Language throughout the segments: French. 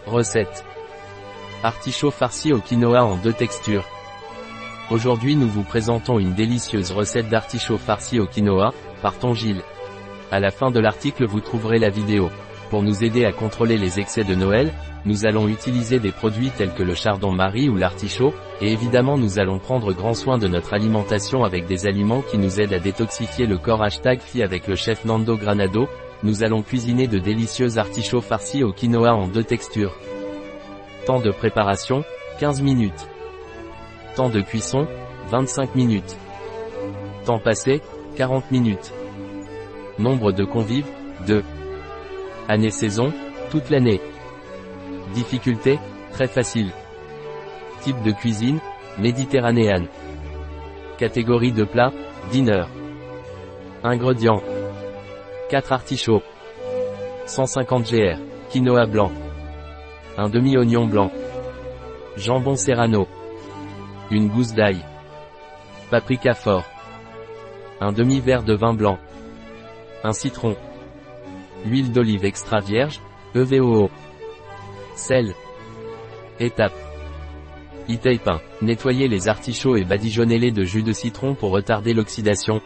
Recette. Artichaut farci au quinoa en 2 textures. Aujourd'hui nous vous présentons une délicieuse recette d'artichaut farci au quinoa, par Tonton Gilles. À la fin de l'article vous trouverez la vidéo. Pour nous aider à contrôler les excès de Noël, nous allons utiliser des produits tels que le chardon-marie ou l'artichaut, et évidemment nous allons prendre grand soin de notre alimentation avec des aliments qui nous aident à détoxifier le corps. #fi avec le chef Nando Granado, nous allons cuisiner de délicieux artichauts farcis au quinoa en 2 textures. Temps de préparation, 15 minutes. Temps de cuisson, 25 minutes. Temps passé, 40 minutes. Nombre de convives, 2. Année-saison, toute l'année. Difficulté, très facile. Type de cuisine, méditerranéenne. Catégorie de plat, dinner. Ingrédients. 4 artichauts. 150 gr. Quinoa blanc. Un demi-oignon blanc. Jambon serrano. Une gousse d'ail. Paprika fort. Un demi-verre de vin blanc. Un citron. Huile d'olive extra vierge, EVOO. Sel. Étape. Étape 1. Nettoyez les artichauts et badigeonnez-les de jus de citron pour retarder l'oxydation.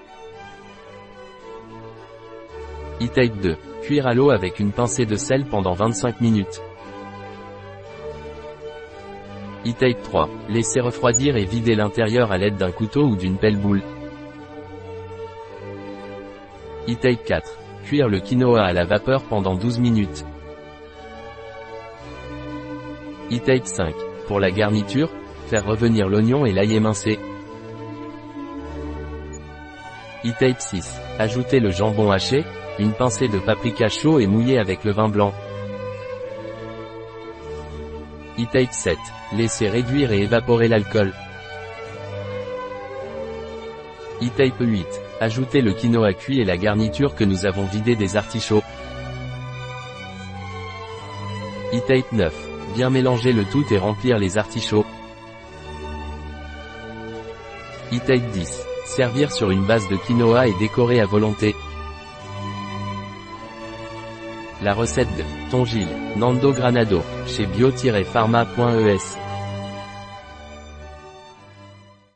Étape 2. Cuire à l'eau avec une pincée de sel pendant 25 minutes. Étape 3. Laissez refroidir et vider l'intérieur à l'aide d'un couteau ou d'une pelle boule. Étape 4. Cuire le quinoa à la vapeur pendant 12 minutes. Étape 5. Pour la garniture, faire revenir l'oignon et l'ail émincé. Étape 6. Ajoutez le jambon haché, une pincée de paprika chaud et mouillé avec le vin blanc. Étape 7. Laissez réduire et évaporer l'alcool. Étape 8. Ajoutez le quinoa cuit et la garniture que nous avons vidée des artichauts. Étape 9. Bien mélanger le tout et remplir les artichauts. Étape 10. Servir sur une base de quinoa et décorer à volonté. La recette de Tonton Gilles, Nando Granado, chez bio-pharma.es.